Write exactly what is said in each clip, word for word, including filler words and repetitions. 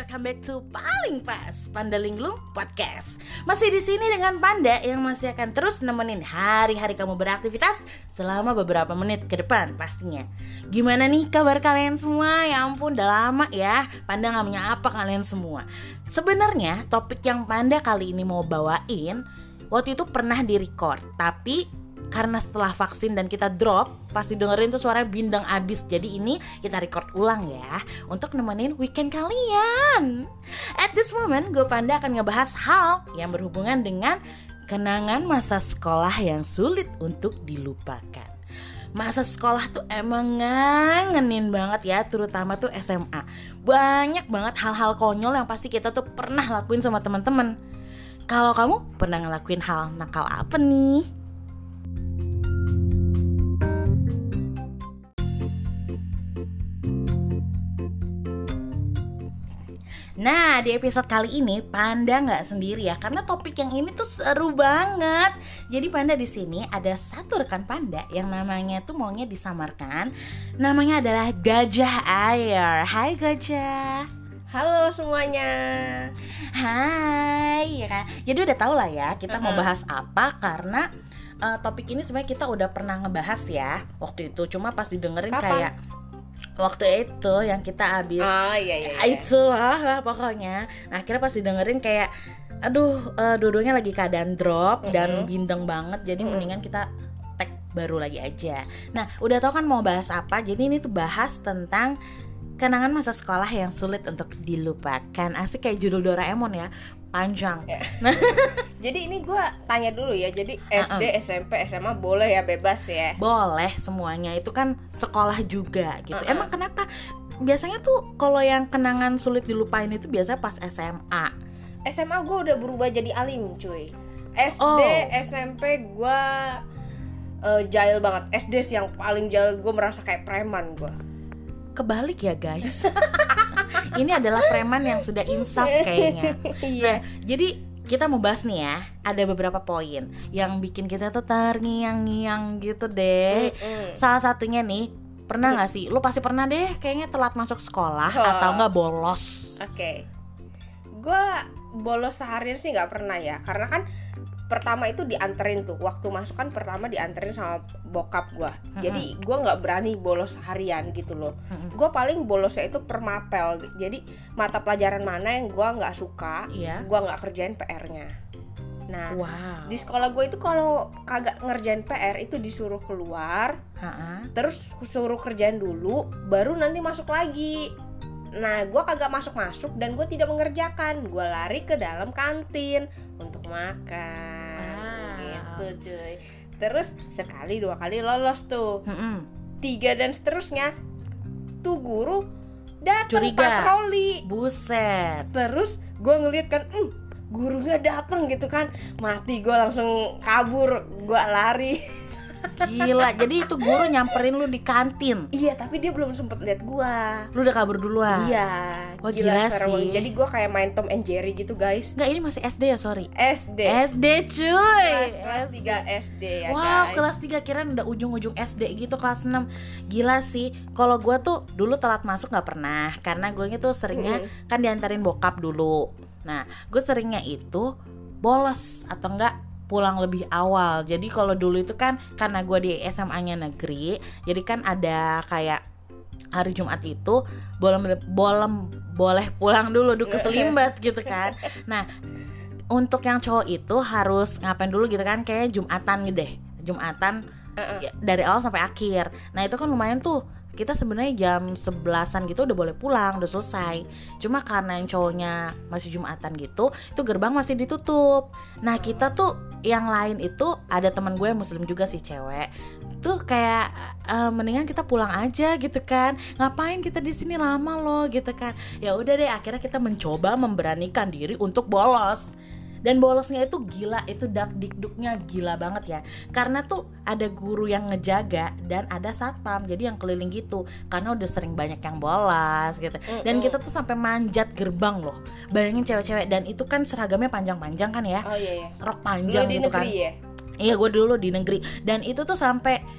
welcome back to Paling Pas Panda Linglung Podcast. Masih di sini dengan Panda yang masih akan terus nemenin hari-hari kamu beraktivitas selama beberapa menit ke depan pastinya. Gimana nih kabar kalian semua? Ya ampun, udah lama ya Panda gak menyapa kalian semua. Sebenarnya topik yang Panda kali ini mau bawain waktu itu pernah di-record, tapi karena setelah vaksin dan kita drop, pasti dengerin tuh suaranya bindeng abis. Jadi ini kita record ulang ya, untuk nemenin weekend kalian. At this moment, gue Panda akan ngebahas hal yang berhubungan dengan kenangan masa sekolah yang sulit untuk dilupakan. Masa sekolah tuh emang ngangenin banget ya, terutama tuh S M A. Banyak banget hal-hal konyol yang pasti kita tuh pernah lakuin sama teman-teman. Kalau kamu pernah ngelakuin hal nakal apa nih? Nah, di episode kali ini Panda nggak sendiri ya, karena topik yang ini tuh seru banget. Jadi Panda di sini ada satu rekan Panda yang namanya tuh maunya disamarkan. Namanya adalah Gajah Air. Hai Gajah. Halo semuanya. Hai. Ya kan? Jadi udah tau lah ya kita uh-uh. mau bahas apa, karena uh, topik ini sebenarnya kita udah pernah ngebahas ya waktu itu. Cuma pas didengerin Kapan? kayak waktu itu yang kita abis oh, iya, iya, iya. itulah lah pokoknya. Nah akhirnya pas didengerin kayak aduh uh, dua-duanya lagi keadaan drop uh-huh. dan bindeng banget. Jadi uh-huh. mendingan kita tag baru lagi aja. Nah udah tau kan mau bahas apa. Jadi ini tuh bahas tentang kenangan masa sekolah yang sulit untuk dilupakan. Asik kayak judul Doraemon ya, panjang. Nah, jadi ini gue tanya dulu ya. Jadi S D, uh-uh. S M P, S M A boleh ya, bebas ya? Boleh semuanya, itu kan sekolah juga gitu. Uh-uh. Emang kenapa? Biasanya tuh kalau yang kenangan sulit dilupain itu biasanya pas S M A. S M A gue udah berubah jadi alim cuy. S D, oh. S M P gue uh, jahil banget. S D sih yang paling jahil, gue merasa kayak preman gue. Kebalik ya guys. Ini adalah preman yang sudah insaf kayaknya. Nah jadi kita mau bahas nih ya, ada beberapa poin yang bikin kita tuh terngiang-ngiang gitu deh. Mm-mm. Salah satunya nih, pernah gak sih? Lu pasti pernah deh kayaknya telat masuk sekolah oh. atau gak bolos. Oke okay. Gue bolos seharian sih gak pernah ya. Karena kan pertama itu dianterin tuh, waktu masuk kan pertama dianterin sama bokap gue. Mm-hmm. Jadi gue nggak berani bolos harian gitu loh. Mm-hmm. Gue paling bolosnya itu per mapel. Jadi mata pelajaran mana yang gue nggak suka, yeah. gue nggak kerjain P R-nya. Nah wow. di sekolah gue itu kalau kagak ngerjain P R itu disuruh keluar, uh-uh. terus suruh kerjain dulu, baru nanti masuk lagi. Nah, gue kagak masuk-masuk dan gue tidak mengerjakan. Gue lari ke dalam kantin untuk makan. Ah. Gitu cuy. Terus sekali dua kali lolos tuh. Mm-mm. Tiga dan seterusnya. Tuh guru datang patroli. Buset. Terus gue ngeliat kan, mm, guru gak datang gitu kan. Mati gue langsung kabur. Gue lari. Gila, jadi itu guru nyamperin lu di kantin. Iya, tapi dia belum sempet lihat gua. Lu udah kabur duluan. Iya. Wah, gila, gila sih. Jadi gua kayak main Tom and Jerry gitu, guys. Enggak, ini masih S D ya, sorry. S D. S D cuy. Kelas, kelas tiga S D ya, wow, guys. Wow, kelas tiga kirain udah ujung-ujung S D gitu, kelas enam. Gila sih. Kalau gua tuh dulu telat masuk enggak pernah, karena gue tuh seringnya hmm. kan diantarin bokap dulu. Nah, gue seringnya itu bolos atau enggak pulang lebih awal. Jadi kalau dulu itu kan karena gue di S M A-nya negeri, jadi kan ada kayak hari Jumat itu boleh boleh boleh pulang dulu duduk keselimbat gitu kan. Nah, untuk yang cowok itu harus ngapain dulu gitu kan, kayak Jumatan gitu deh. Jumatan uh-uh. ya, dari awal sampai akhir. Nah, itu kan lumayan tuh. Kita sebenarnya jam sebelasan gitu udah boleh pulang, udah selesai. Cuma karena yang cowoknya masih Jumatan gitu, itu gerbang masih ditutup. Nah kita tuh yang lain itu ada teman gue yang muslim juga sih, cewek. Tuh kayak uh, mendingan kita pulang aja gitu kan. Ngapain kita di sini lama loh gitu kan. Ya udah deh, akhirnya kita mencoba memberanikan diri untuk bolos. Dan bolosnya itu gila, itu dak-dikduknya gila banget ya. Karena tuh ada guru yang ngejaga dan ada satpam, jadi yang keliling gitu. Karena udah sering banyak yang bolos gitu. Dan kita tuh sampai manjat gerbang loh. Bayangin cewek-cewek, dan itu kan seragamnya panjang-panjang kan ya. Oh iya iya. Rok panjang dulu gitu di negeri kan. Ya? Iya, gue dulu di negeri. Dan itu tuh sampai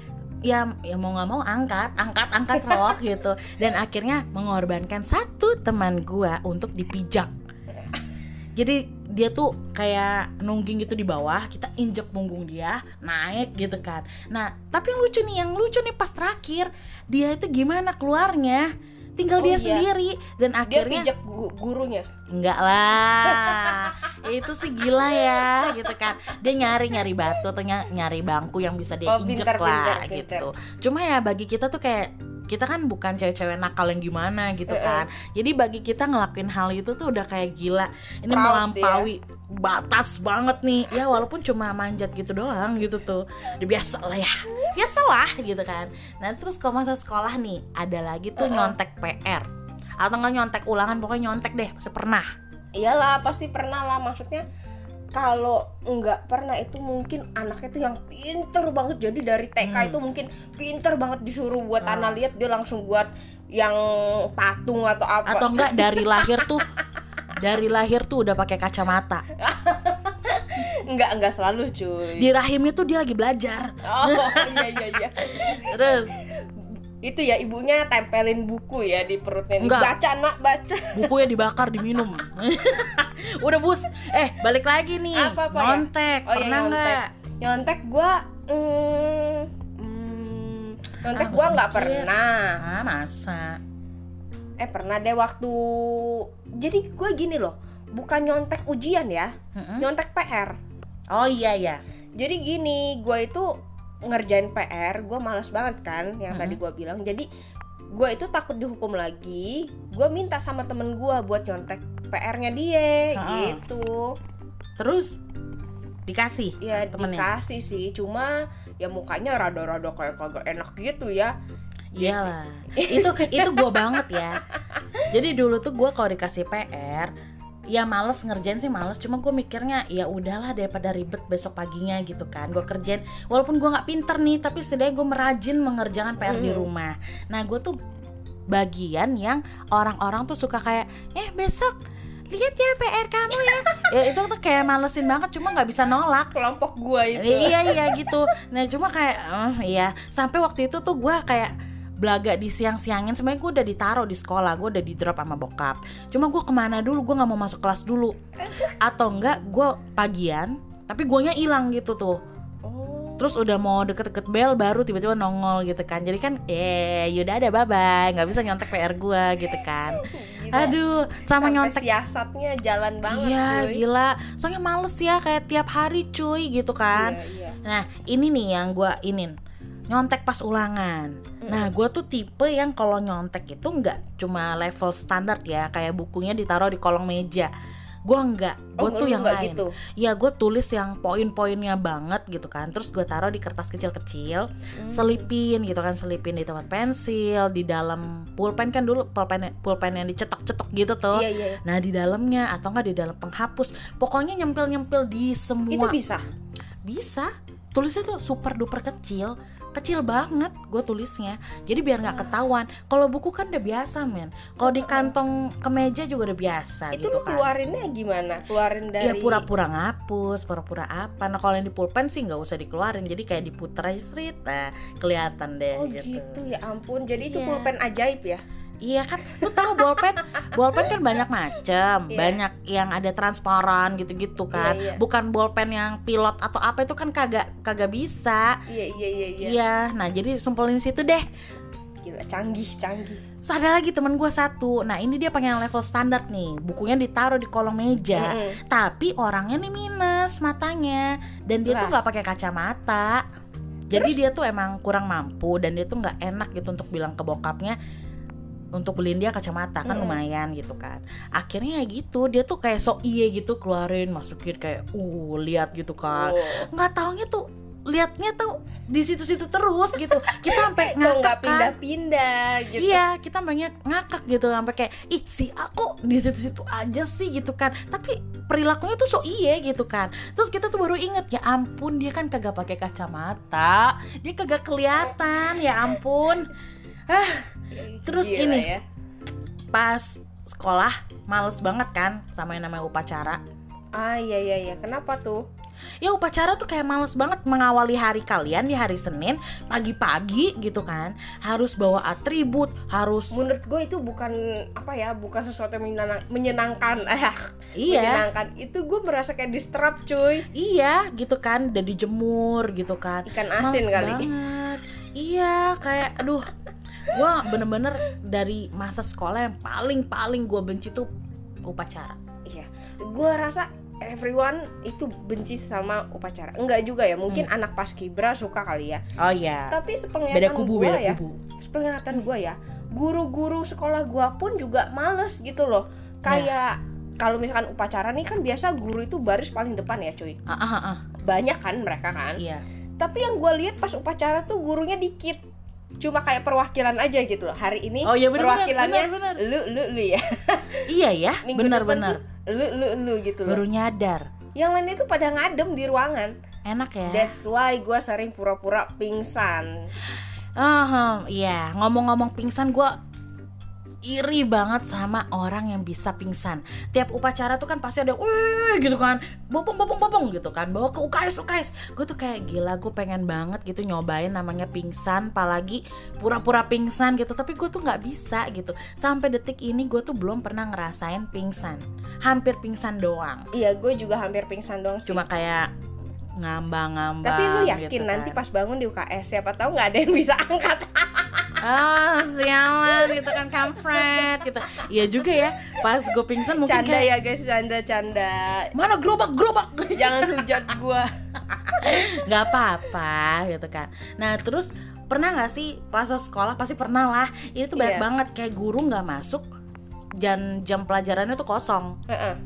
ya ya mau nggak mau angkat angkat angkat rok gitu, dan akhirnya mengorbankan satu teman gua untuk dipijak. Jadi dia tuh kayak nungging gitu di bawah, kita injek punggung dia, naik gitu kan. Nah, tapi yang lucu nih, yang lucu nih pas terakhir, dia itu gimana keluarnya? Tinggal Oh dia iya. sendiri, dan Dia akhirnya pijak gu- gurunya. enggak lah, itu sih gila ya gitu kan. Dia nyari-nyari batu atau ny- nyari bangku yang bisa dia Oh, injek pintar, lah pintar, gitu. Cuma ya bagi kita tuh kayak, kita kan bukan cewek-cewek nakal yang gimana gitu kan. Jadi bagi kita ngelakuin hal itu tuh udah kayak gila. Ini Proud melampaui batas banget nih. Ya walaupun cuma manjat gitu doang gitu tuh. Udah biasa lah ya. Biasa lah gitu kan. Nah terus kalau masa sekolah nih, ada lagi tuh nyontek P R. Atau nggak nyontek ulangan, pokoknya nyontek deh, pasti pernah. Iyalah, pasti pernah lah. Maksudnya kalau nggak pernah itu mungkin anaknya tuh yang pinter banget. Jadi dari T K Hmm. itu mungkin pinter banget, disuruh buat Oh. Ana lihat dia langsung buat yang patung atau apa. Atau enggak dari lahir tuh dari lahir tuh udah pakai kacamata. Enggak, enggak selalu cuy. Di rahimnya tuh dia lagi belajar. Oh iya iya iya. Terus Itu ya ibunya tempelin buku ya di perutnya. Enggak. Baca nak, baca. bukunya dibakar, diminum. Udah bus. Eh balik lagi nih. Apa-apa ya? Nyontek. Oh, iya, Pernah nyontek. nggak? Nyontek gua mm, mm, nyontek Ah, gua masa nggak mikir. pernah. Ah masa? Eh pernah deh waktu. Jadi gue gini loh, bukan nyontek ujian ya, Mm-mm. nyontek P R. Oh iya ya. Jadi gini, gue itu ngerjain P R, gue malas banget kan, yang Mm-mm. tadi gue bilang. Jadi gue itu takut dihukum lagi, gue minta sama temen gue buat nyontek P R-nya dia, Ah. gitu. Terus dikasih Ya temennya? dikasih sih, cuma ya mukanya rada-rada kayak kagak enak gitu ya. Iyalah. itu itu gue banget ya. Jadi dulu tuh gue kalau dikasih P R, ya males ngerjain sih males. Cuma gue mikirnya ya udahlah daripada ribet besok paginya gitu kan. Gue kerjain walaupun gue nggak pinter nih, tapi setidaknya gue merajin mengerjakan P R di Hmm. rumah. Nah gue tuh bagian yang orang-orang tuh suka kayak eh besok lihat ya P R kamu ya. Ya itu tuh kayak malesin banget, cuma nggak bisa nolak. Kelompok gue itu. Iya iya gitu. Nah cuma kayak eh, iya sampai waktu itu tuh gue kayak belaga di siang-siangin. Sebenarnya gue udah ditaruh di sekolah, gue udah di drop sama bokap. Cuma gue kemana dulu, gue nggak mau masuk kelas dulu. Atau enggak gue pagian, tapi guanya hilang gitu tuh. Oh. Terus udah mau deket-deket bel baru tiba-tiba nongol gitu kan. Jadi kan eh yaudah ada bye-bye, nggak bisa nyontek P R gue gitu kan. Gila. Aduh sama Sampai nyontek. siasatnya jalan banget Iya cuy. gila. Soalnya males ya kayak tiap hari cuy gitu kan. Iya, iya. Nah ini nih yang gue inin, nyontek pas ulangan. Nah gue tuh tipe yang kalau nyontek itu nggak cuma level standar ya, kayak bukunya ditaruh di kolong meja. Gue nggak, gue Oh, tuh lu yang nggak lain. gitu. Ya gue tulis yang poin-poinnya banget gitu kan. Terus gue taruh di kertas kecil-kecil, Hmm. selipin gitu kan, selipin di tempat pensil, di dalam pulpen kan dulu pulpen pulpen yang dicetok-cetok gitu tuh. Iya iya. Nah di dalamnya atau nggak di dalam penghapus, pokoknya nyempil-nyempil di semua. Itu bisa. Bisa, tulisnya tuh super duper kecil, kecil banget gue tulisnya. Jadi biar nggak ketahuan. Kalau buku kan udah biasa men. Kalau di kantong kemeja juga udah biasa Itu gitu lu kan. keluarinnya gimana? Keluarin dari. Ya pura-pura ngapus, pura-pura apa. Nah kalau yang di pulpen sih nggak usah dikeluarin. Jadi kayak diputer aja srit, nah, kelihatan deh Oh gitu. gitu ya ampun. Jadi itu Iya. pulpen ajaib ya? Iya kan, lu tahu bolpen, bolpen kan banyak macam, Iya. banyak yang ada transparan gitu-gitu kan. Iya, iya. Bukan bolpen yang pilot atau apa itu kan kagak kagak bisa. Iya iya iya iya. Iya, nah jadi sumpelin situ deh. Gila canggih canggih. Terus ada lagi temen gue satu. Nah ini dia pakai yang level standar nih. Bukunya ditaruh di kolong meja. Mm-mm. Tapi orangnya nih minus matanya. Dan dia tuh Lah. nggak pakai kacamata. Jadi dia tuh emang kurang mampu. Dan dia tuh nggak enak gitu untuk bilang ke bokapnya untuk beliin dia kacamata kan Mm-mm. lumayan gitu kan. Akhirnya ya gitu. Dia tuh kayak sok iye gitu keluarin masukin kayak uh lihat gitu kan. Oh. Nggak taunya tuh liatnya tuh di situ-situ terus gitu. Kita sampai Kok nggak ngakak kan. pindah-pindah gitu? Iya, kita banyak ngakak gitu sampai kayak ih si aku di situ-situ aja sih gitu kan. Tapi perilakunya tuh so iye gitu kan. Terus kita tuh baru inget ya ampun dia kan kagak pakai kacamata. Dia kagak kelihatan ya ampun. Ah, terus Gila ini ya. pas sekolah males banget kan sama yang namanya upacara. Ah iya iya iya. Kenapa tuh? Ya upacara tuh kayak males banget mengawali hari kalian di hari Senin pagi-pagi gitu kan. Harus bawa atribut, harus. Menurut gue itu bukan apa ya, bukan sesuatu yang menyenang- menyenangkan. Eh, Iya. menyenangkan. Itu gue merasa kayak distrap cuy. Iya gitu kan, udah dijemur gitu kan. Ikan asin Males kali. banget. Iya kayak aduh. Gue bener-bener dari masa sekolah yang paling-paling gue benci tuh upacara. Iya. Gue rasa everyone itu benci sama upacara. Enggak juga ya, mungkin Hmm. anak paskibra suka kali ya. Oh iya. Tapi Beda sepenglihatan kubu, gue beda ya, kubu. sepenglihatan gue ya, guru-guru sekolah gue pun juga males gitu loh. Kayak kalau misalkan upacara nih kan biasa guru itu baris paling depan ya cuy. Ah, ah, ah. Banyak kan mereka kan. Iya. Tapi yang gue lihat pas upacara tuh gurunya dikit. Cuma kayak perwakilan aja gitu loh. Hari ini Oh, iya, bener, perwakilannya bener, bener. lu lu lu ya. Iya ya, Minggu depan benar-benar. tuh lu lu lu gitu loh. Baru nyadar. Yang lainnya tuh pada ngadem di ruangan. Enak ya. That's why gue sering pura-pura pingsan. Ah, iya. Ngomong-ngomong pingsan, gue iri banget sama orang yang bisa pingsan. Tiap upacara tuh kan pasti ada, wih gitu kan, bopong bopong bopong gitu kan, bawa ke U K S U K S. Gue tuh kayak gila, gue pengen banget gitu nyobain namanya pingsan, apalagi pura-pura pingsan gitu. Tapi gue tuh nggak bisa gitu. Sampai detik ini gue tuh belum pernah ngerasain pingsan. Hampir pingsan doang. Iya, gue juga hampir pingsan doang sih. Cuma kayak ngambang-ngambang. Tapi lu yakin gitu nanti kan. pas bangun di U K S siapa tahu nggak ada yang bisa angkat. Ah, sialan gitu kan, kampret gitu. Iya juga ya. Pas gue pingsan mungkin Canda kayak, ya guys, canda-canda. mana gerobak gerobak. Jangan hujat gue. Nggak apa-apa gitu kan. Nah terus pernah nggak sih pas lo sekolah, pasti pernah lah. Ini tuh banyak Iya. banget kayak guru nggak masuk, jam jam pelajarannya tuh kosong. Heeh.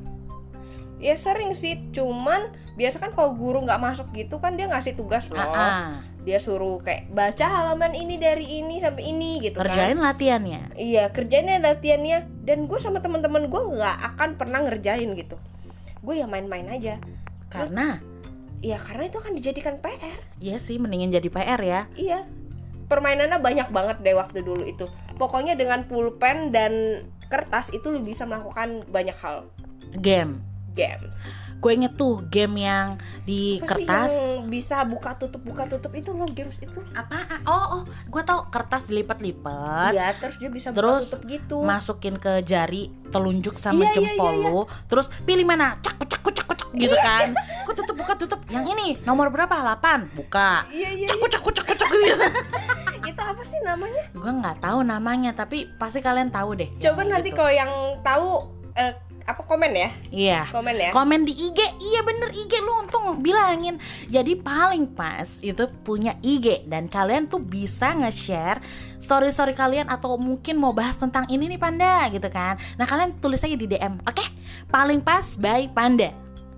Ya sering sih, cuman biasa kan kalau guru nggak masuk gitu kan dia ngasih tugas loh. Ah, ah. Dia suruh kayak baca halaman ini dari ini sampai ini gitu Kerjain kan. latihannya. Iya, kerjainnya latihannya. Dan gue sama teman-teman gue nggak akan pernah ngerjain gitu. Gue ya main-main aja. Karena Iya, karena itu kan dijadikan P R. iya sih, mendingin jadi P R ya. Iya. Permainannya banyak banget deh waktu dulu itu. Pokoknya dengan pulpen dan kertas itu lu bisa melakukan banyak hal. Game. Games. Gue inget tuh game yang di Apa sih kertas. yang bisa buka tutup buka tutup itu loh, games itu. Apa? Oh, oh, gue tau, kertas dilipat-lipat. Iya, terus dia bisa Terus buka tutup gitu. Masukin ke jari telunjuk sama Iya, iya, jempol iya, iya. lu. Terus pilih mana? Cak cak cak cak gitu kan. Gue tutup buka tutup. Yang ini nomor berapa? delapan. Buka. Iya, iya, Cak iya. cak cak cak gitu. Itu apa sih namanya? Gue nggak tahu namanya, tapi pasti kalian tahu deh. Coba yang nanti gitu. kalau yang tahu eh, apa komen ya? Iya. Komen ya. Komen di I G. Iya bener, I G lu untung bilangin. Jadi paling pas itu punya I G. Dan kalian tuh bisa nge-share story-story kalian, atau mungkin mau bahas tentang ini nih Panda gitu kan. Nah kalian tulis aja di D M. Oke? Paling pas by Panda.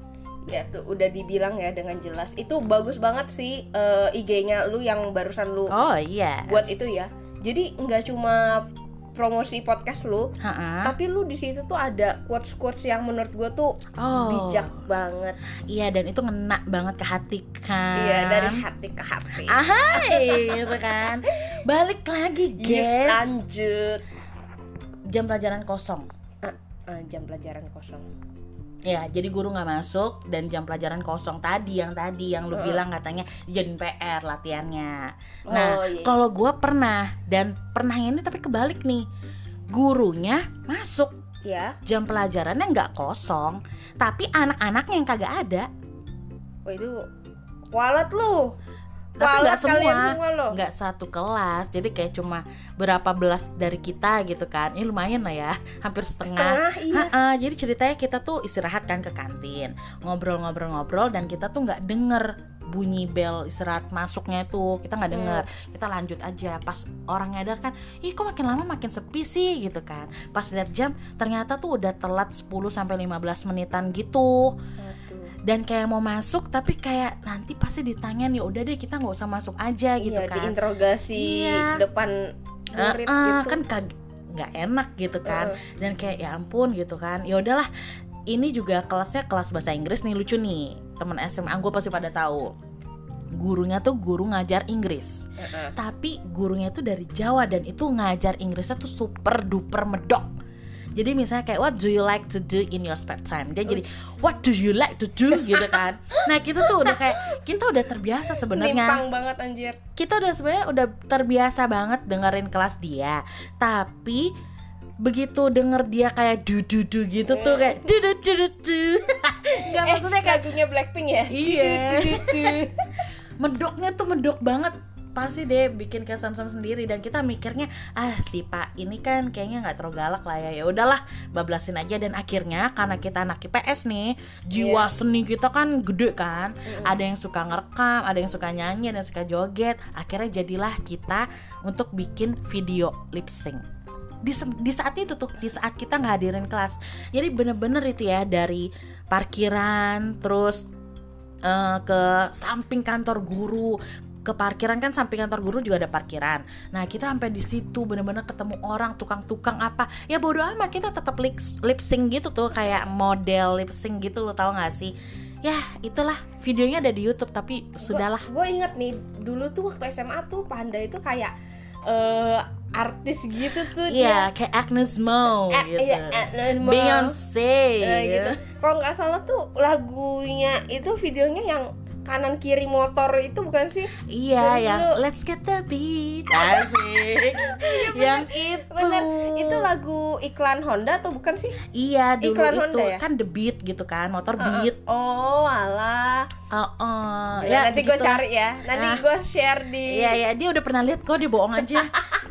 Ya tuh udah dibilang ya dengan jelas. Itu bagus banget sih eh, I G-nya lu yang barusan lu Oh iya. buat itu ya. Jadi nggak cuma promosi podcast lu, Ha-ha. tapi lu di situ tuh ada quotes-quotes yang menurut gue tuh Oh. bijak banget. Iya, dan itu ngena banget ke hati kan. Iya, dari hati ke hati. Ahai gitu kan. Balik lagi Yes, guys. lanjut. Jam pelajaran kosong. Ah, ah, jam pelajaran kosong. Ya, jadi guru nggak masuk dan jam pelajaran kosong tadi yang tadi yang lu Uh. bilang katanya dijadiin P R latihannya. Oh, Nah, iya. kalau gua pernah, dan pernah ini tapi kebalik nih. Gurunya masuk, Ya, jam pelajarannya nggak kosong, tapi anak-anaknya yang kagak ada. oh itu kualat lu. Tapi Kualat nggak semua, kalian semua lo. nggak satu kelas. Jadi kayak cuma berapa belas dari kita gitu kan. Ini lumayan lah ya, hampir setengah. Setengah, iya. Ha-ha, jadi ceritanya kita tuh istirahat kan ke kantin, ngobrol-ngobrol-ngobrol, dan kita tuh nggak denger bunyi bel istirahat masuknya itu, kita nggak denger. Kita lanjut aja. Pas orang nyadar kan, ih kok makin lama makin sepi sih gitu kan. Pas lihat jam, ternyata tuh udah telat sepuluh sampai lima belas menitan gitu. Aduh. Dan kayak mau masuk, tapi kayak nanti pasti ditanyain, ya udah deh kita nggak usah masuk aja gitu Iya, kan. diinterogasi Iya. depan murid Uh-uh, gitu. kan kag- nggak enak gitu kan. Uh-uh. Dan kayak ya ampun gitu kan. Ya udahlah, ini juga kelasnya kelas bahasa Inggris nih, lucu nih, temen S M A gue pasti pada tahu. Gurunya tuh guru ngajar Inggris, Uh-uh. tapi gurunya tuh dari Jawa, dan itu ngajar Inggrisnya tuh super duper medok. Jadi misalnya kayak what do you like to do in your spare time, dia jadi what do you like to do gitu kan. Nah kita tuh udah kayak kita udah terbiasa sebenarnya. Nimpang banget anjir. Kita udah sebenarnya udah terbiasa banget dengerin kelas dia, tapi begitu denger dia kayak du du du gitu tuh kayak du du du du du. Nggak, eh, maksudnya kayak lagunya Blackpink ya. Iya. Du, du, du. Medoknya tuh medok banget, pasti deh bikin kesam-sam sendiri. Dan kita mikirnya ah si Pak ini kan kayaknya nggak terlalu galak lah ya, ya udahlah bablasin aja. Dan akhirnya karena kita anak I P S nih, jiwa yeah. seni kita kan gede kan, mm. ada yang suka ngerekam, ada yang suka nyanyi, ada yang suka joget. Akhirnya jadilah kita untuk bikin video lip sync di, di saat itu tuh, di saat kita nggak hadirin kelas. Jadi bener-bener itu ya, dari parkiran terus uh, ke samping kantor guru, ke parkiran kan samping kantor guru juga ada parkiran. Nah kita sampai di situ bener-bener ketemu orang, tukang-tukang apa ya bodo amat, kita tetap lip, lip sync gitu tuh, kayak model lip sync gitu, lo tau gak sih? Ya itulah, videonya ada di YouTube tapi sudahlah. Gue inget nih dulu tuh waktu S M A tuh Panda itu kayak uh, artis gitu tuh. Iya, kayak Agnes Mo A- gitu, iya, Agnes Mo, Beyonce uh, gitu. Kalau nggak salah tuh lagunya itu videonya yang kanan kiri motor itu bukan sih? Iya, terus yang dulu, Let's Get the Beat. Asik. Yang itu. Bener, itu lagu iklan Honda atau bukan sih? Iya, dulu iklan itu Honda ya? Kan The Beat gitu kan, motor Uh-uh. Beat. Oh, alah. Oh, oh. Ya, Ya, nanti gitu. gue cari ya. Nanti Ah. gue share di. Iya, iya, dia udah pernah lihat kok, dia bohong aja.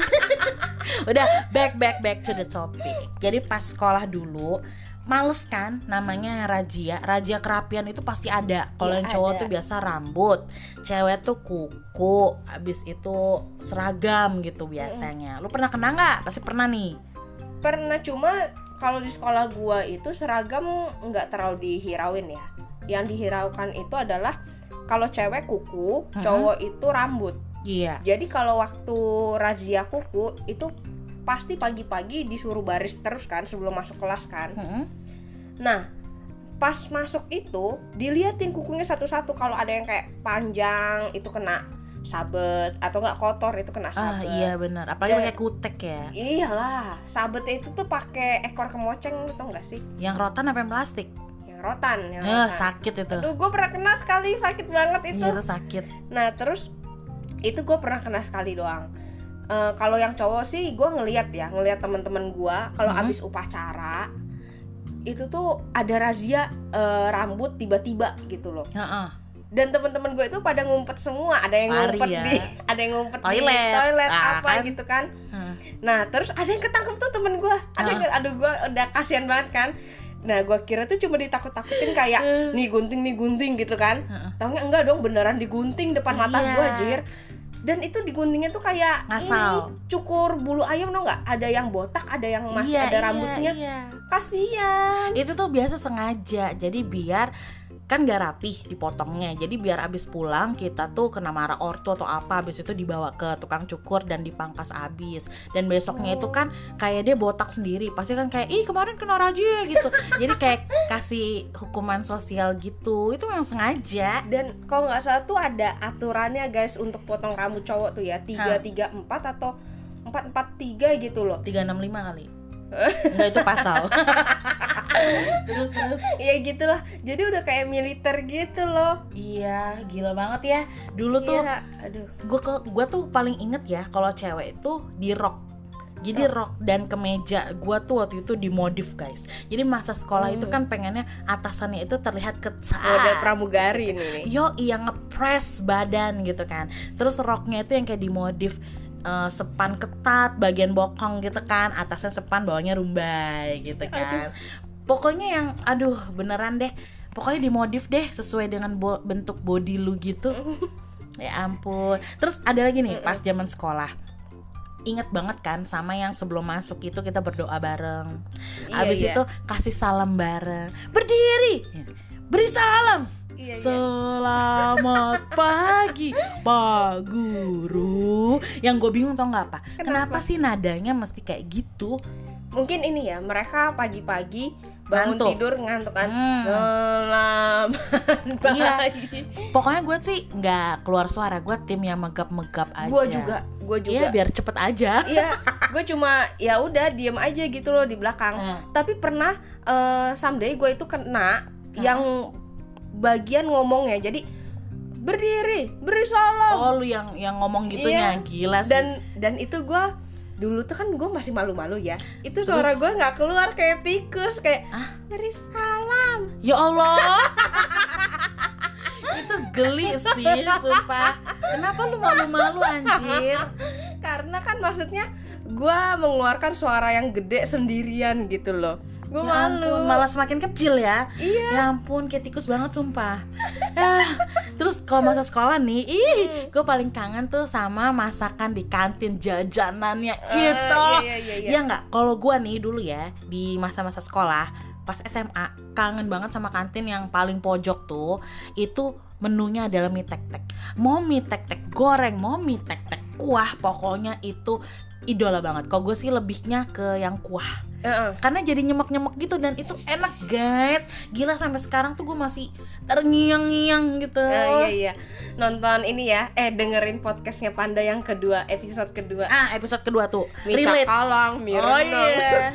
Udah, back back back to the topic. Jadi pas sekolah dulu males kan, namanya razia, razia kerapian itu pasti ada. Kalau Ya, yang cowok ada. tuh biasa rambut, cewek tuh kuku, abis itu seragam gitu biasanya. Lu pernah kena nggak? Pasti pernah nih. Pernah, cuma kalau di sekolah gua itu seragam nggak terlalu dihirauin ya. Yang dihiraukan itu adalah kalau cewek kuku, Mm-mm. cowok itu rambut. Iya. Jadi kalau waktu razia kuku itu pasti pagi-pagi disuruh baris terus kan sebelum masuk kelas kan. Mm-mm. Nah, pas masuk itu diliatin kukunya satu-satu. Kalau ada yang kayak panjang itu kena sabet, atau nggak kotor itu kena Ah sabet. iya benar. Apalagi Dan- pakai kutek ya. Iyalah, sabetnya itu tuh pakai ekor kemoceng, lu tau nggak sih? Yang rotan apa yang plastik? Yang rotan, yang Eh, rotan. sakit itu. Aduh, gue pernah kena sekali, sakit banget itu. Iya, itu sakit. Nah, terus itu gue pernah kena sekali doang. Eh, kalau yang cowok sih gue ngelihat ya, ngelihat teman-teman gue kalau Hmm. abis upacara itu tuh ada razia eh, rambut tiba-tiba gitu loh. Heeh. Dan teman-teman gue itu pada ngumpet semua, ada yang Lari ngumpet ya. di, ada yang ngumpet di Toilet. toilet Ah, apa kan? gitu kan. Hmm. Nah, terus ada yang ketangkep tuh temen gue. Ada yang, aduh gue udah kasihan banget kan. Nah, gue kira tuh cuma ditakut-takutin kayak nih gunting nih gunting gitu kan. Heeh. Taunya enggak dong, beneran digunting depan mata Iya. gue, jir. Dan itu diguntingnya tuh kayak Ngasal. ini, cukur bulu ayam dong nggak? Ada yang botak, ada yang masih Iya, ada iya, rambutnya. iya. Kasihan. Itu tuh biasa sengaja, jadi biar kan gak rapih dipotongnya, jadi biar abis pulang kita tuh kena marah ortu atau apa, abis itu dibawa ke tukang cukur dan dipangkas abis. Dan besoknya itu kan kayak dia botak sendiri, pasti kan kayak ih kemarin kena razia gitu. Jadi kayak kasih hukuman sosial gitu, itu yang sengaja. Dan kalau nggak salah tuh ada aturannya guys untuk potong rambut cowok tuh ya tiga tiga empat atau empat empat tiga gitu loh. tiga enam lima kali. Enggak, itu pasal. Terus terus Ya gitulah. Jadi udah kayak militer gitu loh. iya, gila banget ya. Dulu tuh Iya, aduh. gue gue tuh paling inget ya kalau cewek itu di rok. Jadi rok dan kemeja gue tuh waktu itu dimodif guys. Jadi masa sekolah Hmm. itu kan pengennya atasannya itu terlihat ketat. Model pramugari nih. Yo iya, ngepress badan gitu kan. Terus roknya itu yang kayak dimodif, eh, sepan ketat, bagian bokong gitu kan, atasnya sepan, bawahnya rumbai gitu kan. Pokoknya yang aduh beneran deh. Pokoknya dimodif deh sesuai dengan bo- bentuk body lu gitu. Ya ampun. Terus ada lagi nih pas zaman sekolah. Ingat banget kan sama yang sebelum masuk itu kita berdoa bareng. Iya, Abis iya. itu kasih salam bareng. Berdiri. Beri salam. Iya, iya. Selamat pagi Pak Guru. Yang gue bingung tau gak apa? Kenapa? Kenapa? sih nadanya mesti kayak gitu? Mungkin ini ya, mereka pagi-pagi bangun Ngantuk. tidur ngantuk kan. Hmm. Selamat Iya. pagi. Pokoknya gue sih gak keluar suara. Gue tim yang megap-megap aja. Gue juga, gue juga. Iya biar cepet aja. Iya, gue cuma ya udah diem aja gitu loh di belakang. Uh. Tapi pernah uh, someday gue itu kena uh. yang bagian ngomongnya, jadi berdiri, beri salam. Oh, lu yang yang ngomong gitunya, iya. Gila sih. Dan dan itu gue dulu tuh kan gue masih malu-malu ya. Itu suara gue nggak keluar kayak tikus, kayak ah? Beri salam. Ya Allah. Itu geli sih, sumpah. Kenapa lu malu-malu anjir? Karena kan maksudnya gue mengeluarkan suara yang gede sendirian gitu loh. Gue ya malu. Ampun, malah semakin kecil ya. Iya. Ya ampun, kayak tikus banget sumpah. Ya, terus kalau masa sekolah nih, ih, hmm. gue paling kangen tuh sama masakan di kantin jajanannya uh, itu. Iya, iya, iya. Ya nggak? Kalau gue nih dulu ya di masa-masa sekolah, pas S M A kangen banget sama kantin yang paling pojok tuh. Itu menunya adalah mie tek-tek. Mau mie tek-tek goreng, mau mie tek-tek kuah, pokoknya itu idola banget. Kalau gue sih lebihnya ke yang kuah. Uh-uh. Karena jadi nyemek-nyemek gitu dan itu enak guys. Gila sampai sekarang tuh gue masih terngiang-ngiang gitu. Uh, iya iya. Nonton ini ya, eh dengerin podcastnya Panda yang kedua, episode kedua. Ah episode kedua tuh. Mie cakalang, mie oh, iya.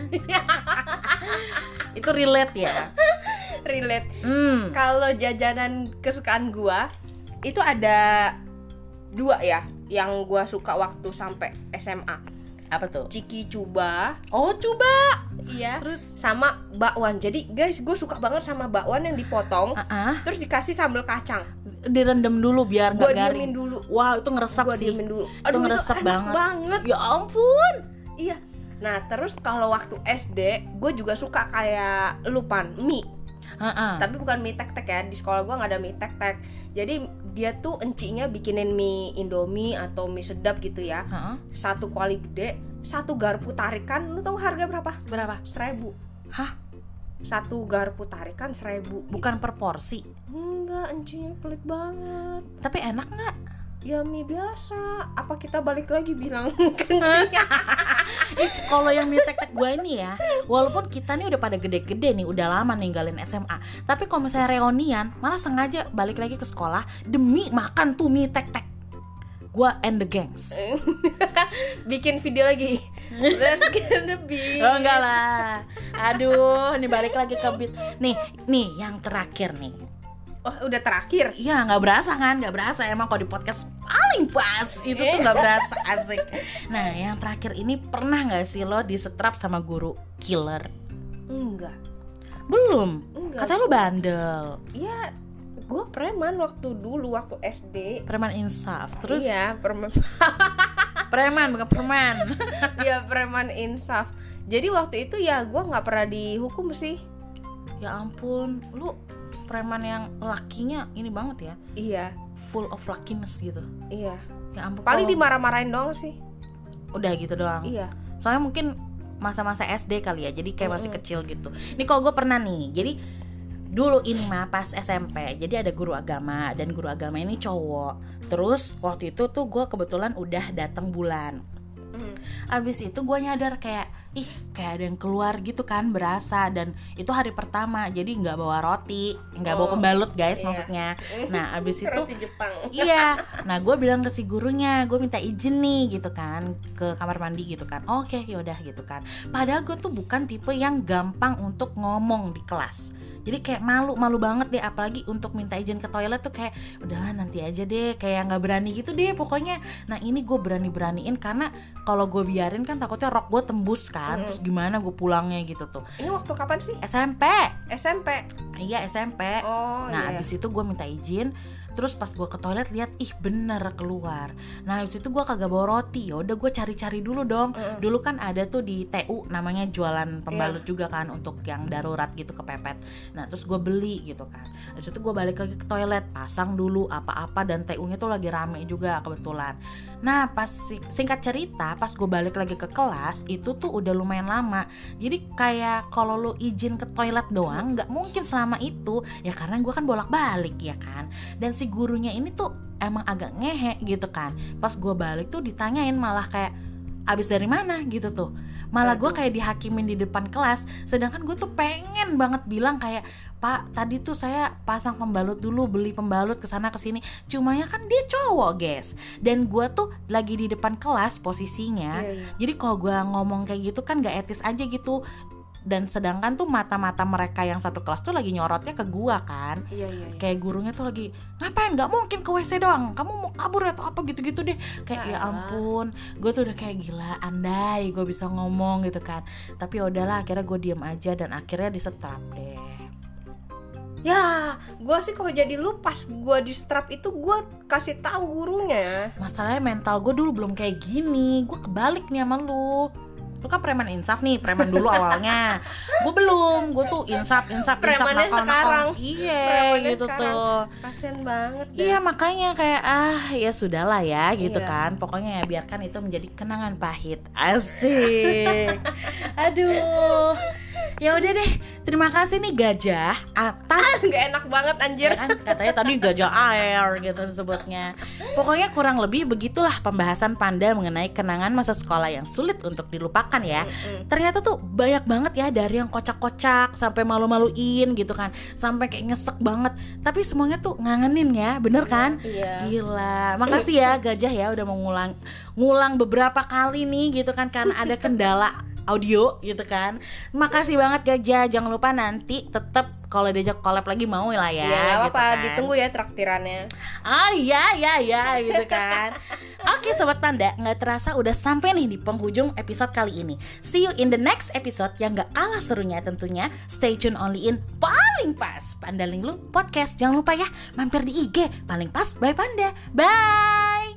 Itu relate ya. Relate. Mm. Kalau jajanan kesukaan gue itu ada dua ya, yang gue suka waktu sampai S M A. Apa tuh? Ciki Cuba. Oh Cuba. Iya. Terus sama bakwan. Jadi guys, gue suka banget sama bakwan yang dipotong, uh-uh. terus dikasih sambal kacang. Direndam dulu biar nggak garing. Gue diemin dulu. Wow itu ngeresep gua sih. Diemin dulu. Itu Aduh, ngeresep itu banget. banget. Ya ampun. Iya. Nah terus kalau waktu S D, gue juga suka kayak lupan mie. Uh-uh. Tapi bukan mie tek-tek ya. Di sekolah gue nggak ada mie tek-tek. Jadi dia tuh encinya bikinin mie Indomie atau mie sedap gitu ya. Uh-uh. Satu kuali gede, satu garpu tarikan. Lu tahu harga berapa? Berapa? Seribu. Hah? Satu garpu tarikan seribu. Bukan per porsi? Enggak, encinya pelit banget. Tapi enak nggak? Ya mie biasa. Apa kita balik lagi bilang kencinya? Kalau yang mie tek-tek gue ini ya, walaupun kita nih udah pada gede-gede nih, udah lama ninggalin S M A, tapi kalau misalnya reunian, malah sengaja balik lagi ke sekolah demi makan tuh mie tek-tek. Gue and the gangs. Bikin video lagi. Let's get the beat. Oh enggak lah. Aduh, nih balik lagi ke beat. Nih, nih yang terakhir nih. Oh udah terakhir? Iya nggak berasa kan, nggak berasa emang kalau di podcast paling pas itu tuh nggak berasa asik. Nah yang terakhir ini pernah nggak sih lo disetrap sama guru killer? Enggak. Belum? Enggak. Katanya lo bandel. Iya, gue preman waktu dulu waktu S D. Preman insaf. Terus? Iya preman. Preman bukan preman. Iya preman insaf. Jadi waktu itu ya gue nggak pernah dihukum sih. Ya ampun, lu preman yang lakinya ini banget ya. Iya. Full of luckiness gitu. Iya. Ya ampun. Paling kalo... dimarah-marahin doang sih. Udah gitu doang. Iya. Soalnya mungkin masa-masa S D kali ya. Jadi kayak masih mm-hmm. kecil gitu. Nih kalau gue pernah nih. Jadi dulu ini mah pas S M P. Jadi ada guru agama dan guru agama ini cowok. Terus waktu itu tuh gue kebetulan udah datang bulan. Mm. Abis itu gue nyadar kayak ih kayak ada yang keluar gitu kan berasa. Dan itu hari pertama jadi gak bawa roti, gak bawa pembalut guys iya. maksudnya. Nah abis itu roti Jepang. Iya. Nah gue bilang ke si gurunya, gue minta izin nih gitu kan ke kamar mandi gitu kan. Oke yaudah gitu kan. Padahal gue tuh bukan tipe yang gampang untuk ngomong di kelas. Jadi kayak malu-malu banget deh, apalagi untuk minta izin ke toilet tuh kayak udahlah nanti aja deh, kayak nggak berani gitu deh pokoknya. Nah ini gue berani-beraniin karena kalau gue biarin kan takutnya rok gue tembus kan, hmm. terus gimana gue pulangnya gitu tuh. Ini waktu kapan sih? S M P. S M P. Iya S M P. Oh, nah iya. abis itu gue minta izin. Terus pas gue ke toilet lihat ih bener keluar. Nah habis itu gue kagak bawa roti. Ya udah gue cari-cari dulu dong. Mm. Dulu kan ada tuh di T U namanya jualan pembalut yeah. juga kan untuk yang darurat gitu kepepet. Nah terus gue beli gitu kan. Habis itu gue balik lagi ke toilet, pasang dulu apa-apa dan T U-nya tuh lagi rame juga kebetulan. Nah pas singkat cerita pas gue balik lagi ke kelas itu tuh udah lumayan lama. Jadi kayak kalau lo izin ke toilet doang nggak mungkin selama itu ya karena gue kan bolak-balik ya kan. Dan si gurunya ini tuh emang agak ngehe gitu kan. Pas gue balik tuh ditanyain malah kayak abis dari mana gitu tuh. Malah gue kayak dihakimin di depan kelas. Sedangkan gue tuh pengen banget bilang kayak, Pak, tadi tuh saya pasang pembalut dulu, beli pembalut kesana kesini. Cumanya kan dia cowok, guys. Dan gue tuh lagi di depan kelas posisinya. yeah, yeah. Jadi kalau gue ngomong kayak gitu kan gak etis aja gitu. Dan sedangkan tuh mata-mata mereka yang satu kelas tuh lagi nyorotnya ke gua kan. Iya, iya, iya. Kayak gurunya tuh lagi, ngapain, gak mungkin ke W C doang, kamu mau kabur atau apa gitu-gitu deh. Kayak ya ampun, gue tuh udah kayak gila, andai gue bisa ngomong gitu kan. Tapi udahlah, akhirnya gue diem aja dan akhirnya disetrap deh. Ya, gue sih kalau jadi lu pas gue di strap itu gue kasih tahu gurunya. Masalahnya mental gue dulu belum kayak gini, gue kebalik nih sama lu. Lu kan preman insaf nih, preman dulu awalnya. Gue belum, gue tuh insaf, insaf, insaf, nakal-nakal. Iya, gitu sekarang. Tuh. Kasian banget. Dah. Iya, makanya kayak ah ya sudahlah ya, gitu iya. kan. Pokoknya ya biarkan itu menjadi kenangan pahit. Asik. Aduh. Ya udah deh, terima kasih nih Gajah atas nggak enak banget anjir. Ya kan, katanya tadi gajah air gitu disebutnya. Pokoknya kurang lebih begitulah pembahasan Panda mengenai kenangan masa sekolah yang sulit untuk dilupakan ya. Mm-hmm. Ternyata tuh banyak banget ya, dari yang kocak-kocak sampai malu-maluin gitu kan, sampai kayak ngesek banget. Tapi semuanya tuh ngangenin ya, bener kan? Iya. Gila. Makasih ya Gajah ya udah mau ngulang ngulang beberapa kali nih gitu kan, karena ada kendala audio gitu kan. Makasih banget Gajah. Jangan lupa nanti tetap kalau diajak collab lagi mau lah ya. Iya, gitu apa-apa, kan. ditunggu ya traktirannya. Oh iya iya iya gitu kan. Oke Sobat Panda, gak terasa udah sampai nih di penghujung episode kali ini. See you in the next episode yang gak kalah serunya tentunya. Stay tune only in Paling Pas Panda Linglung Podcast. Jangan lupa ya mampir di I G Paling Pas by Panda. Bye.